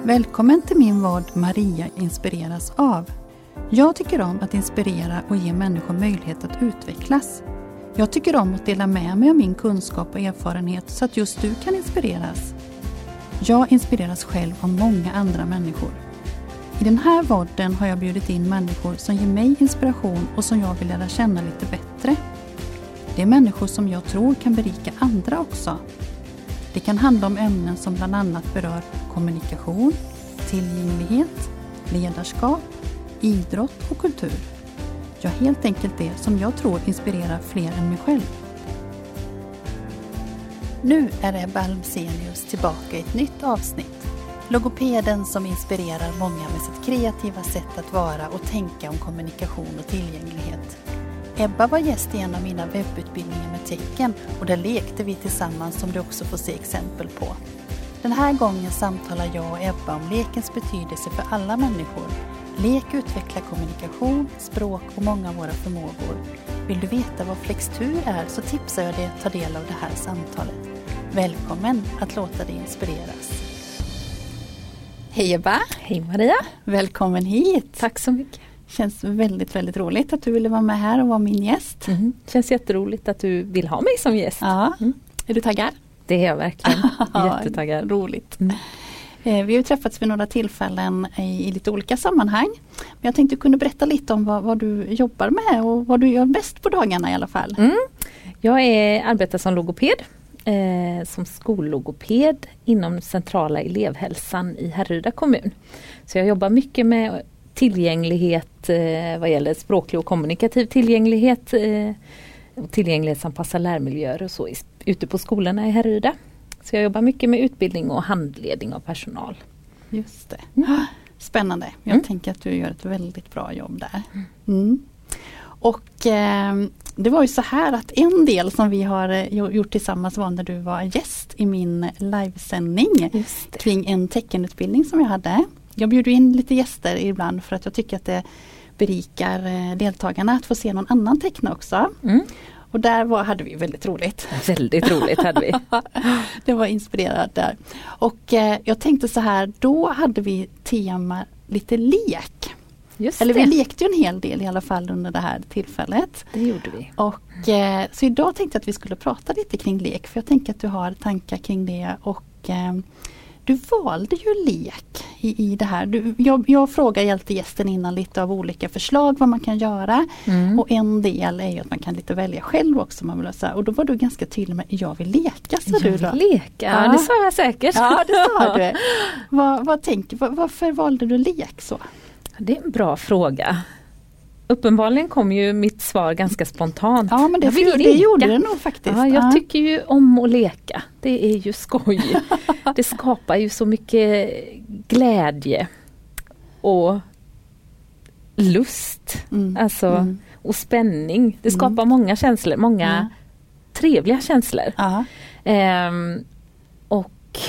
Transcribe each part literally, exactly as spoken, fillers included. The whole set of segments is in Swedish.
Välkommen till min vad Maria inspireras av. Jag tycker om att inspirera och ge människor möjlighet att utvecklas. Jag tycker om att dela med mig av min kunskap och erfarenhet så att just du kan inspireras. Jag inspireras själv av många andra människor. I den här podden har jag bjudit in människor som ger mig inspiration och som jag vill lära känna lite bättre. Det är människor som jag tror kan berika andra också. Det kan handla om ämnen som bland annat berör kommunikation, tillgänglighet, ledarskap, idrott och kultur. Ja, helt enkelt det som jag tror inspirerar fler än mig själv. Nu är Ebba Almsenius tillbaka i ett nytt avsnitt. Logopeden som inspirerar många med sitt kreativa sätt att vara och tänka om kommunikation och tillgänglighet. Ebba var gäst i en av mina webbutbildningar med tecken och där lekte vi tillsammans som du också får se exempel på. Den här gången samtalar jag och Ebba om lekens betydelse för alla människor. Lek utvecklar kommunikation, språk och många av våra förmågor. Vill du veta vad flextur är så tipsar jag dig att ta del av det här samtalet. Välkommen att låta dig inspireras. Hej Ebba! Hej Maria! Välkommen hit! Tack så mycket! Känns väldigt, väldigt roligt att du ville vara med här och vara min gäst. Mm. Känns jätteroligt att du vill ha mig som gäst. Ja. Mm. Är du taggad? Det är jag verkligen. Jättetaggad. Roligt. Mm. Eh, vi har ju träffats vid några tillfällen i, i lite olika sammanhang. Men jag tänkte att du kunde berätta lite om vad, vad du jobbar med och vad du gör bäst på dagarna i alla fall. Mm. Jag är, arbetar som logoped. Eh, som skollogoped inom centrala elevhälsan i Härryda kommun. Så jag jobbar mycket med tillgänglighet eh, vad gäller språklig och kommunikativ tillgänglighet. Eh, och tillgänglighetsanpassade lärmiljöer och så i, ute på skolorna i Härryda. Så jag jobbar mycket med utbildning och handledning av personal. Just det. Mm. Spännande. Jag mm. tänker att du gör ett väldigt bra jobb där. Mm. Och eh, det var ju så här att en del som vi har gjort tillsammans var när du var gäst i min livesändning kring en teckenutbildning som jag hade. Jag bjuder in lite gäster ibland för att jag tycker att det berikar deltagarna att få se någon annan teckna också. Mm. Och där var, hade vi väldigt roligt. Väldigt roligt hade vi. Det var inspirerande där. Och eh, jag tänkte så här, då hade vi tema lite lek. Just Eller det. vi lekte ju en hel del i alla fall under det här tillfället. Det gjorde vi. Och, eh, så idag tänkte jag att vi skulle prata lite kring lek. För jag tänker att du har tankar kring det. Och eh, du valde ju lek i, i det här. Du, jag, jag frågar alltid gästen innan lite av olika förslag vad man kan göra. Mm. Och en del är ju att man kan lite välja själv också. Man vill säga. Och då var du ganska tydlig med jag vill leka. Så jag du vill då. leka, ja. Det sa jag säkert. Ja, det sa du. vad, vad tänker, var, varför valde du lek så? Det är en bra fråga. Uppenbarligen kom ju mitt svar ganska spontant. Ja, men det, det, det gjorde det nog faktiskt. Ja, jag tycker ju om att leka. Det är ju skoj. Det skapar ju så mycket glädje och lust. Mm. Alltså, mm. och spänning. Det skapar mm. många känslor. Många mm. trevliga känslor. Ehm, och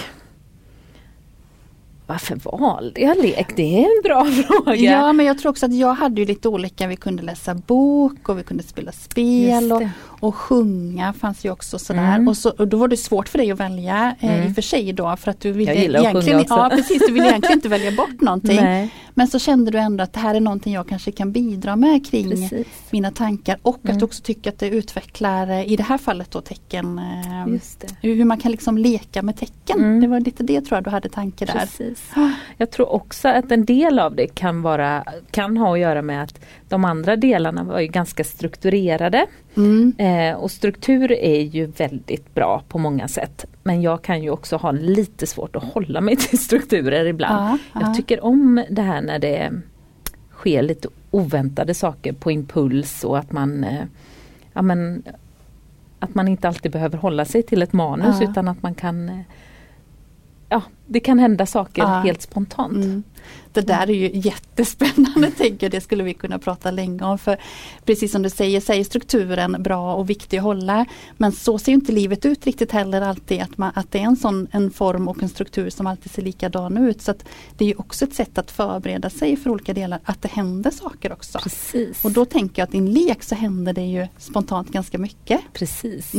varför valde jag lek? Det är en bra fråga. Ja, men jag tror också att jag hade ju lite olika. Vi kunde läsa bok och vi kunde spela spel och, och sjunga fanns ju också sådär. Mm. Och, så, och då var det svårt för dig att välja eh, mm. i och för sig då. För att du ville jag gillar att sjunga också. Ja, precis. Du ville egentligen inte välja bort någonting. Nej. Men så kände du ändå att det här är någonting jag kanske kan bidra med kring precis. Mina tankar. Och mm. att du också tycker att det utvecklar, i det här fallet då, tecken. Eh, Just det. Hur man kan liksom leka med tecken. Mm. Det var lite det tror jag du hade tankar där. Precis. Jag tror också att en del av det kan vara kan ha att göra med att de andra delarna var ju ganska strukturerade. Mm. Eh, och struktur är ju väldigt bra på många sätt. Men jag kan ju också ha lite svårt att hålla mig till strukturer ibland. Ja, jag ja. tycker om det här när det sker lite oväntade saker på impuls och att man eh, ja, men, att man inte alltid behöver hålla sig till ett manus ja. utan att man kan eh, ja, det kan hända saker ja. helt spontant. Mm. Det där är ju jättespännande, tänker jag. Det skulle vi kunna prata länge om. För precis som du säger, säger strukturen bra och viktig att hålla. Men så ser ju inte livet ut riktigt heller alltid. Att, man, att det är en sån en form och en struktur som alltid ser likadan ut. Så att det är ju också ett sätt att förbereda sig för olika delar. Att det händer saker också. Precis. Och då tänker jag att i en lek så händer det ju spontant ganska mycket. Precis. Mm.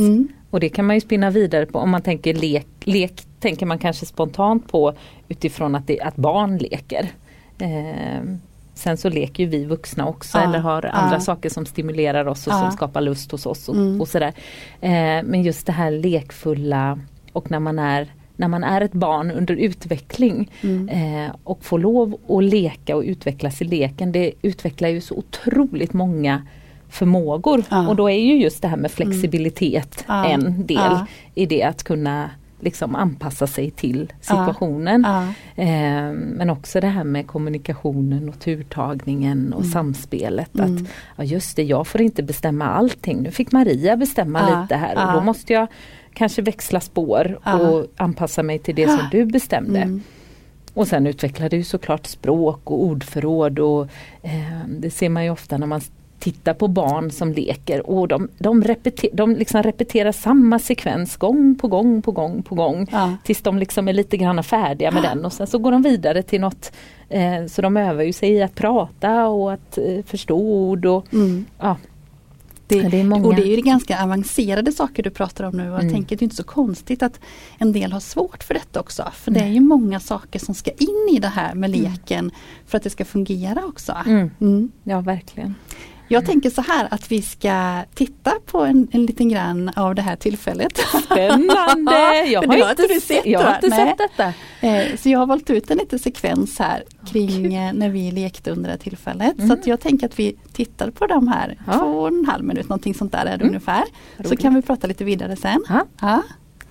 Och det kan man ju spinna vidare på om man tänker lek. Lek tänker man kanske spontant på utifrån att, det, att barn leker. Eh, sen så leker ju vi vuxna också, ja, eller har andra ja. saker som stimulerar oss och ja. som skapar lust hos oss och, mm. och sådär. Eh, men just det här lekfulla, och när man är, när man är ett barn under utveckling mm. eh, och får lov att leka och utvecklas i leken, det utvecklar ju så otroligt många förmågor. Ja. Och då är ju just det här med flexibilitet mm. ja. en del ja. i det, att kunna liksom anpassa sig till situationen. Ja. Ja. Eh, men också det här med kommunikationen och turtagningen och mm. samspelet. Mm. Att ja, just det, jag får inte bestämma allting. Nu fick Maria bestämma ja. lite här. Ja. Och då måste jag kanske växla spår ja. och anpassa mig till det som du bestämde. Mm. Och sen utvecklade ju såklart språk och ordförråd. Och, eh, det ser man ju ofta när man titta på barn som leker, och de, de, repeter, de liksom repeterar samma sekvens gång på gång på gång på gång ja. tills de liksom är lite grann färdiga med ja. den, och sen så går de vidare till något, eh, så de övar ju sig i att prata och att eh, förstå ord och mm. ja. Det, det är många. Och det är ju ganska avancerade saker du pratar om nu, och jag mm. tänker att det är inte så konstigt att en del har svårt för detta också, för mm. det är ju många saker som ska in i det här med leken mm. för att det ska fungera också. Mm. Mm. Ja, verkligen. Jag tänker så här att vi ska titta på en, en liten grann av det här tillfället. Spännande! Jag har, har inte, du sett, jag har inte sett detta. Eh, så jag har valt ut en liten sekvens här kring okay. när vi lekte under det här tillfället. Mm. Så att jag tänker att vi tittar på de här ja. två och en halv minut, någonting sånt där är det mm. ungefär. Roligt. Så kan vi prata lite vidare sen. Ja. Ja.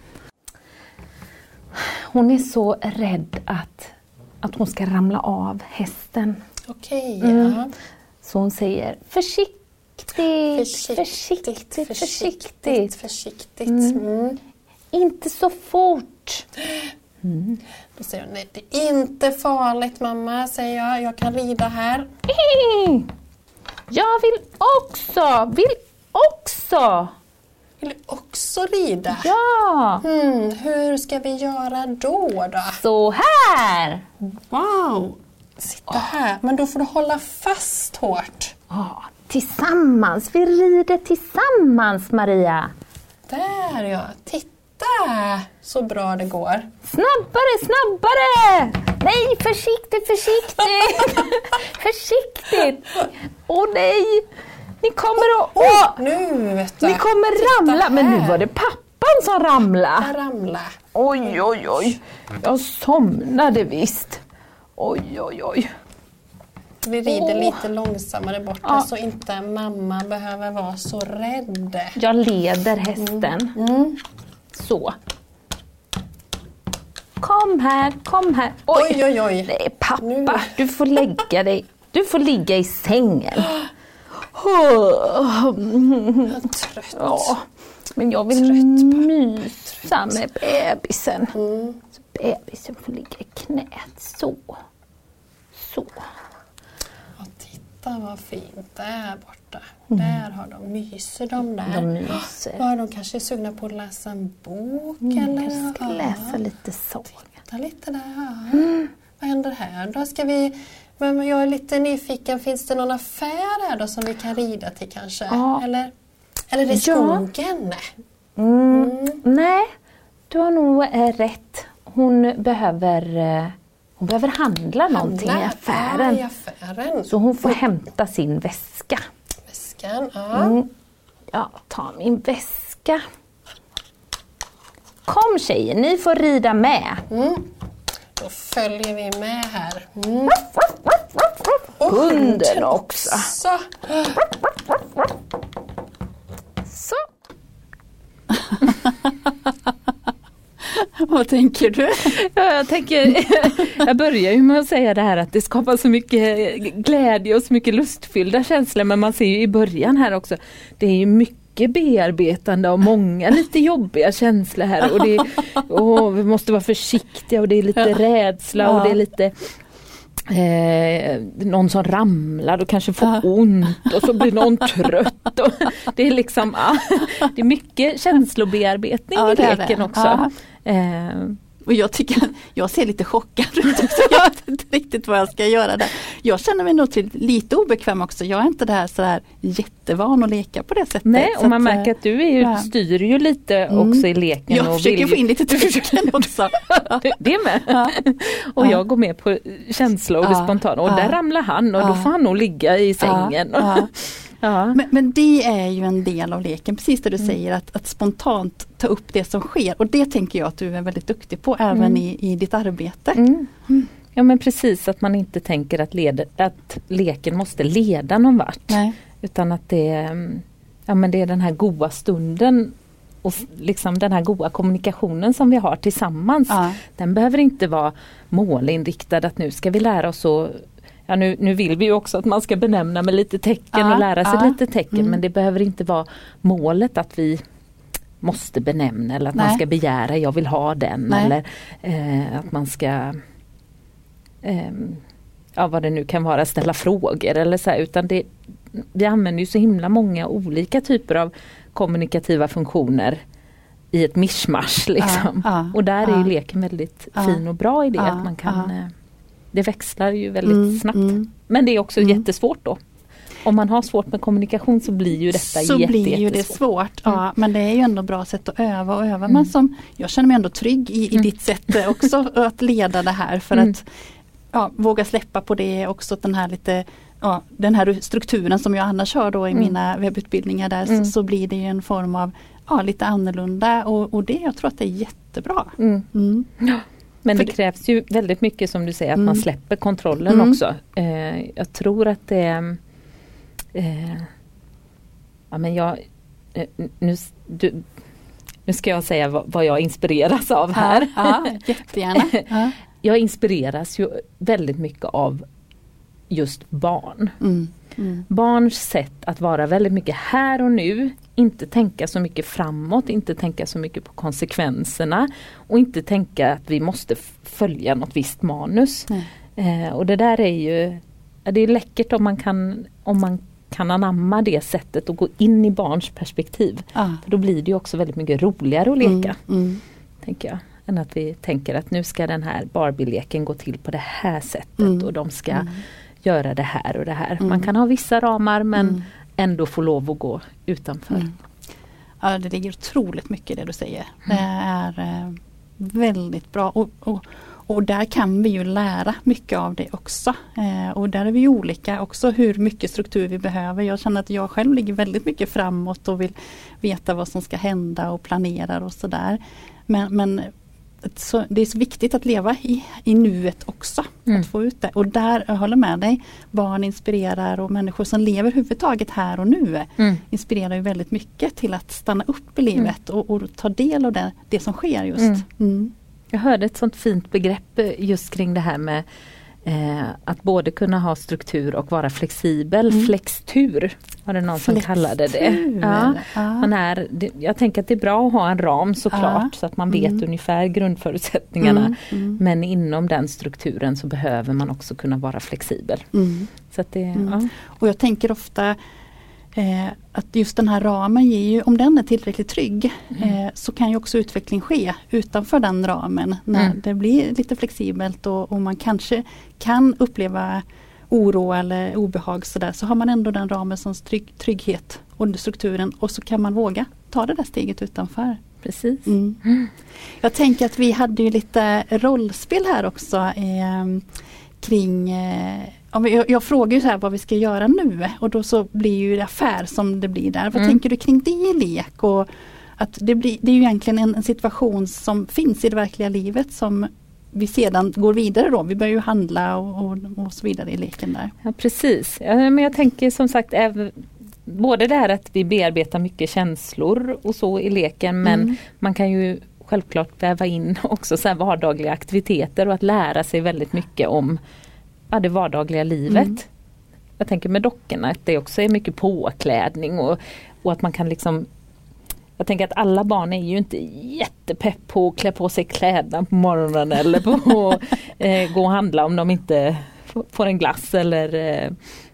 Hon är så rädd att, att hon ska ramla av hästen. Okej, okay, mm. ja. Så hon säger försiktigt, försiktigt, försiktigt, försiktigt. försiktigt. försiktigt. Mm. Mm. Inte så fort. Mm. Då säger hon, nej, det är inte farligt mamma, säger jag. Jag kan rida här. Mm. Jag vill också, vill också. Vill du också rida? Ja. Mm. Hur ska vi göra då då? Så här. Wow. Sitta här, men då får du hålla fast hårt. Ja, tillsammans, vi rider tillsammans, Maria. Där ja, titta så bra det går. Snabbare, snabbare! Nej, försiktigt, försiktigt. Försiktigt. Åh nej, ni kommer att... Åh, oh, nu vet du. Ni kommer ramla, men nu var det pappan som ramlade. Jag ramla. Oj, oj, oj. Jag somnade visst. Oj, oj, oj. Vi rider oh. lite långsammare bort ja. så inte mamma behöver vara så rädd. Jag leder hästen. Mm. Mm. Så. Kom här, kom här. Oj, oj, oj. oj. Nej, pappa, nu. Du får lägga dig. Du får ligga i sängen. Oh. Jag är trött. Ja, men jag vill trött, mysa med bebisen. Mm. Så bebisen får ligga i knät. Så. Så. Och titta vad fint det är borta. Mm. Där har de, myser de där. De myser. Ja, de kanske är sugna på att läsa en bok mm, eller? Jag ska läsa lite så. Titta lite där. Mm. Vad händer här? Då ska vi, men jag är lite nyfiken, finns det någon affär här då som vi kan rida till kanske? Ja. Eller, eller är det skogen? Ja. Mm. Mm. Nej, du har nog äh, rätt. Hon behöver... Äh, Hon behöver handla, handla någonting i affären. Ja, i affären. Så hon får hämta sin väska. Väskan, ja. Mm. Ja, ta min väska. Kom tjejer, ni får rida med. Mm. Då följer vi med här. Mm. Hunden också. Så. Så. Vad tänker du? Ja, jag, tänker, jag börjar ju med att säga det här att det skapar så mycket glädje och så mycket lustfyllda känslor, men man ser ju i början här också, det är ju mycket bearbetande och många lite jobbiga känslor här, och, det, och vi måste vara försiktiga och det är lite ja. rädsla ja. och det är lite Eh, någon som ramlar och kanske får uh. ont och så blir någon trött och det är liksom ah, det är mycket känslobearbetning uh, i leken också uh. eh, Och jag tycker att jag ser lite chockad ut också. Jag vet inte riktigt vad jag ska göra där. Jag känner mig nog till lite obekväm också. Jag är inte det här så här jättevan att leka på det sättet. Nej, och man att, märker att du är ju, ja. styr ju lite Mm. också i leken. Jag och försöker vill... få in lite trycken också. det, det med. Ja. Och Ja. jag går med på känsla och det Ja. spontana. Och Ja. där ramlar han och Ja. då får han nog ligga i sängen. Ja. Ja. Ja. Men, men det är ju en del av leken, precis det du Mm. säger, att, att spontant ta upp det som sker. Och det tänker jag att du är väldigt duktig på även Mm. i, i ditt arbete. Mm. Mm. Ja, men precis, att man inte tänker att, leda, att leken måste leda någon vart. Nej. Utan att det är, ja, men det är den här goda stunden och liksom den här goda kommunikationen som vi har tillsammans. Ja. Den behöver inte vara målinriktad, att nu ska vi lära oss att Ja, nu, nu vill vi ju också att man ska benämna med lite tecken Ja, och lära sig ja. lite tecken, Mm. men det behöver inte vara målet att vi måste benämna eller att Nej. man ska begära jag vill ha den Nej. eller eh, att man ska eh, ja, vad det nu kan vara, ställa frågor eller så här, utan det, vi använder ju så himla många olika typer av kommunikativa funktioner i ett mischmasch liksom. Ja, ja, och där är ja. ju leken väldigt Ja. fin och bra i det, Ja, att man kan ja. eh, det växlar ju väldigt Mm, snabbt. mm. Men det är också Mm. jättesvårt då. Om man har svårt med kommunikation så blir ju detta Så jätte, blir ju det jättesvårt. svårt. Ja, Mm. men det är ju ändå bra sätt att öva och öva. Mm. Men som, jag känner mig ändå trygg i, i Mm. ditt sätt också att leda det här för Mm. att ja, våga släppa på det också, den här lite ja, den här strukturen som jag annars har då i Mm. mina webbutbildningar där Mm. så, så blir det ju en form av ja, lite annorlunda och, och det jag tror att det är jättebra. Mm. Mm. Men För det det- krävs ju väldigt mycket som du säger att Mm. man släpper kontrollen Mm. också. Eh, jag tror att det är eh, ja, men jag eh, nu, s- du, nu ska jag säga vad, vad jag inspireras av här. Ja, ja, jättegärna. Ja. Jag inspireras ju väldigt mycket av just barn. Mm. Mm. Barns sätt att vara väldigt mycket här och nu, inte tänka så mycket framåt, inte tänka så mycket på konsekvenserna och inte tänka att vi måste f- följa något visst manus. Eh, och det där är ju, ja, det är läckert om man kan, om man kan anamma det sättet och gå in i barns perspektiv. Ja. För då blir det ju också väldigt mycket roligare att leka, Mm. Mm. tänker jag. Än att vi tänker att nu ska den här Barbie-leken gå till på det här sättet Mm. och de ska Mm. göra det här och det här. Mm. Man kan ha vissa ramar men Mm. ändå få lov att gå utanför. Mm. Ja, det ligger otroligt mycket i det du säger. Det är eh, väldigt bra och, och, och där kan vi ju lära mycket av det också. Eh, och där är vi olika också hur mycket struktur vi behöver. Jag känner att jag själv ligger väldigt mycket framåt och vill veta vad som ska hända och planerar och sådär. Men, men så det är så viktigt att leva i, i nuet också. Mm. Att få ut det. Och där, jag håller med dig, barn inspirerar och människor som lever överhuvudtaget här och nu Mm. inspirerar ju väldigt mycket till att stanna upp i livet och, och ta del av det, det som sker just. Mm. Mm. Jag hörde ett sånt fint begrepp just kring det här med eh, att både kunna ha struktur och vara flexibel. Mm. Flextur var det någon som kallade det. Flextur. Ja, Ja. man är, det, jag tänker att det är bra att ha en ram såklart Ja. så att man vet Mm. ungefär grundförutsättningarna. Mm. Mm. Men inom den strukturen så behöver man också kunna vara flexibel. Mm. Så att det, Mm. ja. Och jag tänker ofta eh, att just den här ramen ger ju, om den är tillräckligt trygg Mm. eh, så kan ju också utveckling ske utanför den ramen. När Mm. det blir lite flexibelt och, och man kanske kan uppleva oro eller obehag sådär, så har man ändå den ramen som trygg, trygghet och strukturen och så kan man våga ta det där steget utanför. Precis. Mm. Jag tänker att vi hade ju lite rollspel här också eh, kring eh, jag, jag frågar ju så här vad vi ska göra nu och då så blir ju det affär som det blir där. Vad Mm. tänker du kring det i lek? Och att det, blir, det är ju egentligen en, en situation som finns i det verkliga livet som vi sedan går vidare då. Vi börjar ju handla och, och, och så vidare i leken där. Ja, precis. Ja, men jag tänker som sagt även, både det här att vi bearbetar mycket känslor och så i leken, men Mm. man kan ju självklart väva in också så här vardagliga aktiviteter och att lära sig väldigt mycket om ja, det vardagliga livet. Mm. Jag tänker med dockorna att det också är mycket påklädning och, och att man kan liksom jag tänker att alla barn är ju inte jättepepp på att klä på sig kläderna på morgonen eller på att eh, gå och handla om de inte f- får en glass eller eh,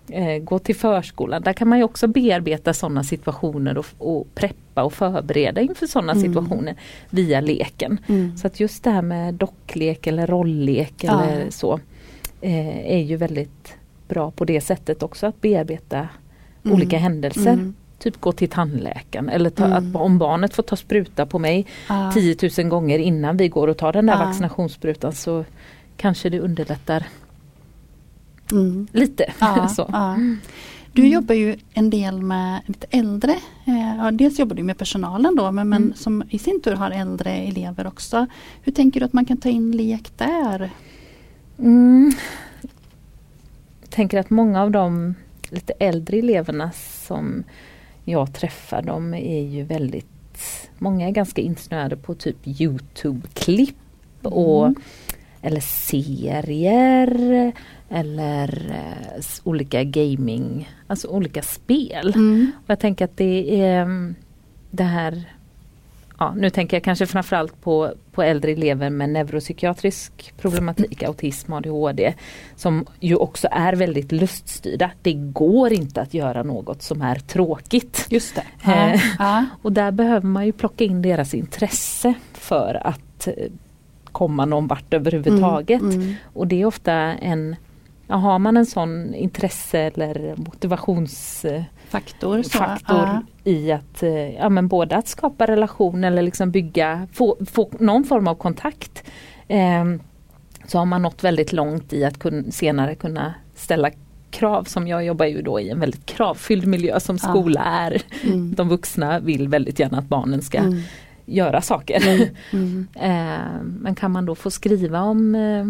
eh, gå till förskolan. Där kan man ju också bearbeta sådana situationer och, och preppa och förbereda inför sådana mm. situationer via leken. Mm. Så att just det här med docklek eller rolllek ja. eller så eh, är ju väldigt bra på det sättet också, att bearbeta mm. olika händelser. Mm. Typ gå till tandläkaren eller ta, mm. att om barnet får ta spruta på mig ah. tio tusen gånger innan vi går och tar den där ah. vaccinationssprutan, så kanske det underlättar mm. lite. Ah. så. Ah. Du mm. jobbar ju en del med lite äldre. Ja, dels jobbar du med personalen då, men, mm. men som i sin tur har äldre elever också. Hur tänker du att man kan ta in lek där? Mm. Jag tänker att många av de lite äldre eleverna som jag träffar, de är ju väldigt, många är ganska insnöade på typ YouTube-klipp och mm. eller serier eller eh, olika gaming, alltså olika spel. Mm. Och jag tänker att det är det här, ja, nu tänker jag kanske framförallt på, på äldre elever med neuropsykiatrisk problematik, autism, A D H D, som ju också är väldigt luststyrda. Det går inte att göra något som är tråkigt. Just det. Ja, ja. Och där behöver man ju plocka in deras intresse för att komma någon vart överhuvudtaget. Mm, mm. Och det är ofta en, ja, har man en sån intresse eller motivationsfaktor så, faktor ja. i att, ja, men både att skapa relation eller liksom bygga, få, få någon form av kontakt, eh, så har man nått väldigt långt i att kun, senare kunna ställa krav. Som jag jobbar ju då i en väldigt kravfylld miljö som skola ja. är. Mm. De vuxna vill väldigt gärna att barnen ska mm. göra saker. Mm. Mm. eh, men kan man då få skriva om eh,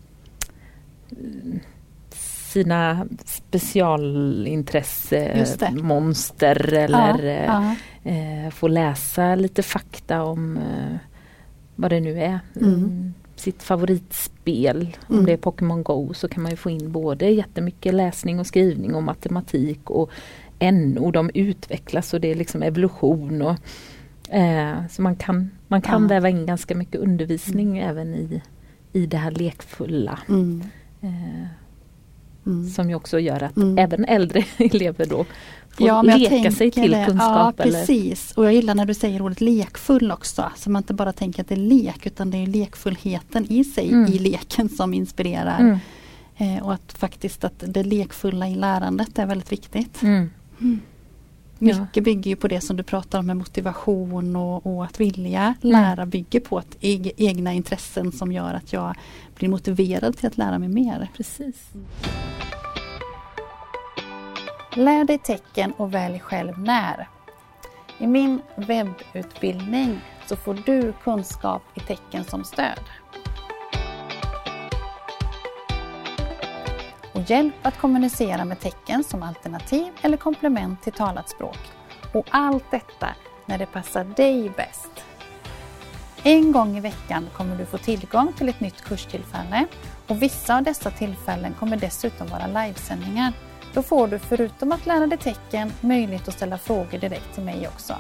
sina specialintresse, monster eller ja, ja. Eh, få läsa lite fakta om eh, vad det nu är. Mm. Mm, sitt favoritspel. Mm. Om det är Pokémon Go, så kan man ju få in både jättemycket läsning och skrivning och matematik och n-ord. De utvecklas och det är liksom evolution och Eh, så man kan, man kan ja. väva in ganska mycket undervisning mm. även i, i det här lekfulla. Mm. Eh, mm. Som ju också gör att mm. även äldre elever då får ja, leka sig till det. kunskap. Ja, precis. Eller? Och jag gillar när du säger ordet lekfull också. Så man inte bara tänker att det är lek, utan det är lekfullheten i sig mm. i leken som inspirerar. Mm. Eh, och att faktiskt att det lekfulla i lärandet är väldigt viktigt. Mm. Mm. Mycket ja. bygger ju på det som du pratar om med motivation och, och att vilja lära mm. bygger på att eg, egna intressen som gör att jag blir motiverad till att lära mig mer. Precis. Lär dig tecken och välj själv när. I min webbutbildning så får du kunskap i tecken som stöd. Och hjälp att kommunicera med tecken som alternativ eller komplement till talat språk. Och allt detta när det passar dig bäst. En gång i veckan kommer du få tillgång till ett nytt kurstillfälle. Och vissa av dessa tillfällen kommer dessutom vara livesändningar. Då får du förutom att lära dig tecken möjlighet att ställa frågor direkt till mig också.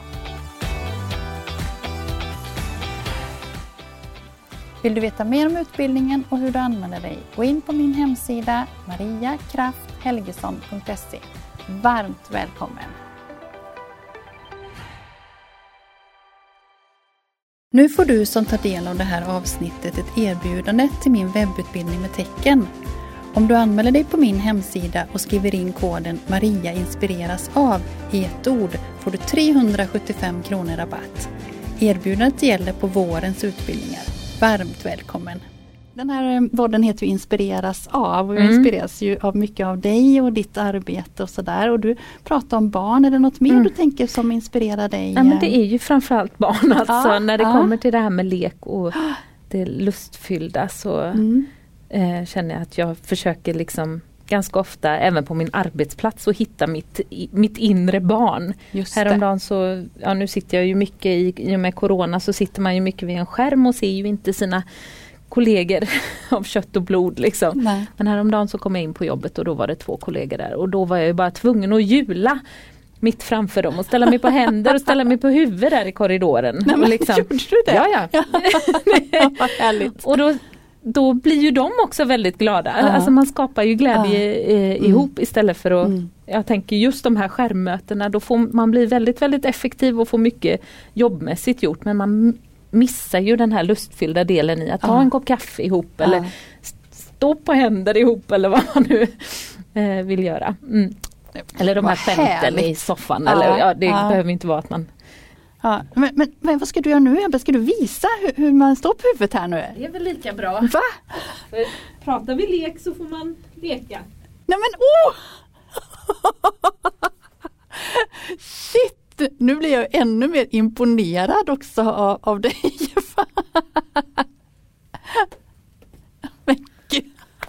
Vill du veta mer om utbildningen och hur du använder dig? Gå in på min hemsida maria kraft helgesson punkt se. Varmt välkommen! Nu får du som tar del av det här avsnittet ett erbjudande till min webbutbildning med tecken. Om du anmäler dig på min hemsida och skriver in koden Maria inspireras av i ett ord får du trehundrasjuttiofem kronor rabatt. Erbjudandet gäller på vårens utbildningar. Varmt välkommen! Den här podden heter ju Inspireras av och jag mm. inspireras ju av mycket av dig och ditt arbete och sådär. Och du pratar om barn, är det något mer mm. du tänker som inspirerar dig? Ja, men det är ju framförallt barn alltså. Ja, när det ja. kommer till det här med lek och det lustfyllda så mm. eh, känner jag att jag försöker liksom ganska ofta, även på min arbetsplats, att hitta mitt, mitt inre barn. Just Häromdagen så, ja nu sitter jag ju mycket i, i och med corona så sitter man ju mycket vid en skärm och ser ju inte sina kollegor av kött och blod liksom. Nej. Men häromdagen så kom jag in på jobbet och då var det två kollegor där och då var jag ju bara tvungen att jula mitt framför dem och ställa mig på händer och ställa mig på huvudet där i korridoren. Nej, men och liksom, gjorde du det? Ja, ja. Vad härligt. Och då då blir ju de också väldigt glada. Ja. Alltså man skapar ju glädje ja. eh, mm. ihop istället för att, mm. jag tänker just de här skärmmötena, då får man bli väldigt, väldigt effektiv och få mycket jobbmässigt gjort, men man missar ju den här lustfyllda delen i att ja. ta en kopp kaffe ihop ja. eller stå på händer ihop eller vad man nu eh, vill göra. Mm. Eller de här skämten i soffan. Ja. Eller, ja, det ja. behöver inte vara att man... Ja, men, men, men vad ska du göra nu, Ebba? Ska du visa hur, hur man står på huvudet här nu? Det är väl lika bra. Va? För pratar vi lek så får man leka. Nej men åh! Shit! Nu blir jag ännu mer imponerad också av, av dig. Men gud.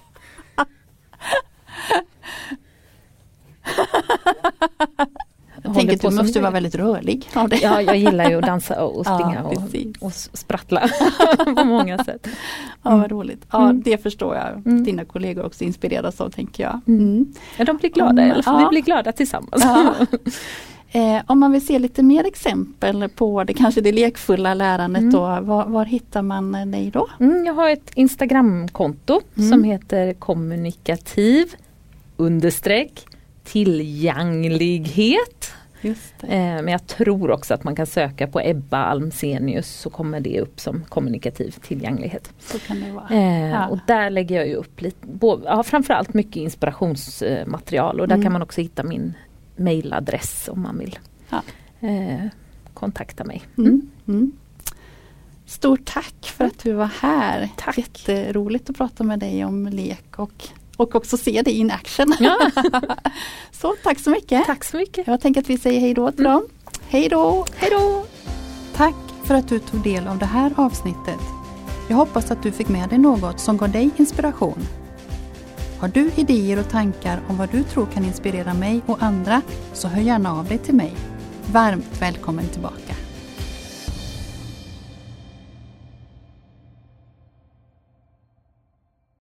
Jag tänker att du måste vara väldigt rörlig av det. Ja, jag gillar ju att dansa och springa ja, och, och sprattla på många sätt. Mm. Ja, vad roligt. Ja, mm. det förstår jag. Mm. Dina kollegor också inspireras av, tänker jag. Mm. Ja, de blir glada. Mm. Eller ja. Vi blir glada tillsammans. Ja. Eh, om man vill se lite mer exempel på det, kanske det lekfulla lärandet mm. då, var, var hittar man dig då? Mm, jag har ett Instagramkonto mm. som heter kommunikativ understreck tillgänglighet. Just det. Eh, men jag tror också att man kan söka på Ebba Almsenius, så kommer det upp som kommunikativ tillgänglighet. Så kan det vara. Eh, ja. Och där lägger jag ju upp lite, både, ja, framförallt mycket inspirationsmaterial, och där mm. kan man också hitta min mailadress om man vill ja. eh, kontakta mig. Mm. Mm. Mm. Stort tack för att du var här. Tack. Jätteroligt att prata med dig om lek och Och också se det in action. Ja. Så tack så mycket. Tack så mycket. Jag tänker att vi säger hej då till dem. Hej då. Hej då. Tack för att du tog del av det här avsnittet. Jag hoppas att du fick med dig något som gav dig inspiration. Har du idéer och tankar om vad du tror kan inspirera mig och andra, så hör gärna av dig till mig. Varmt välkommen tillbaka.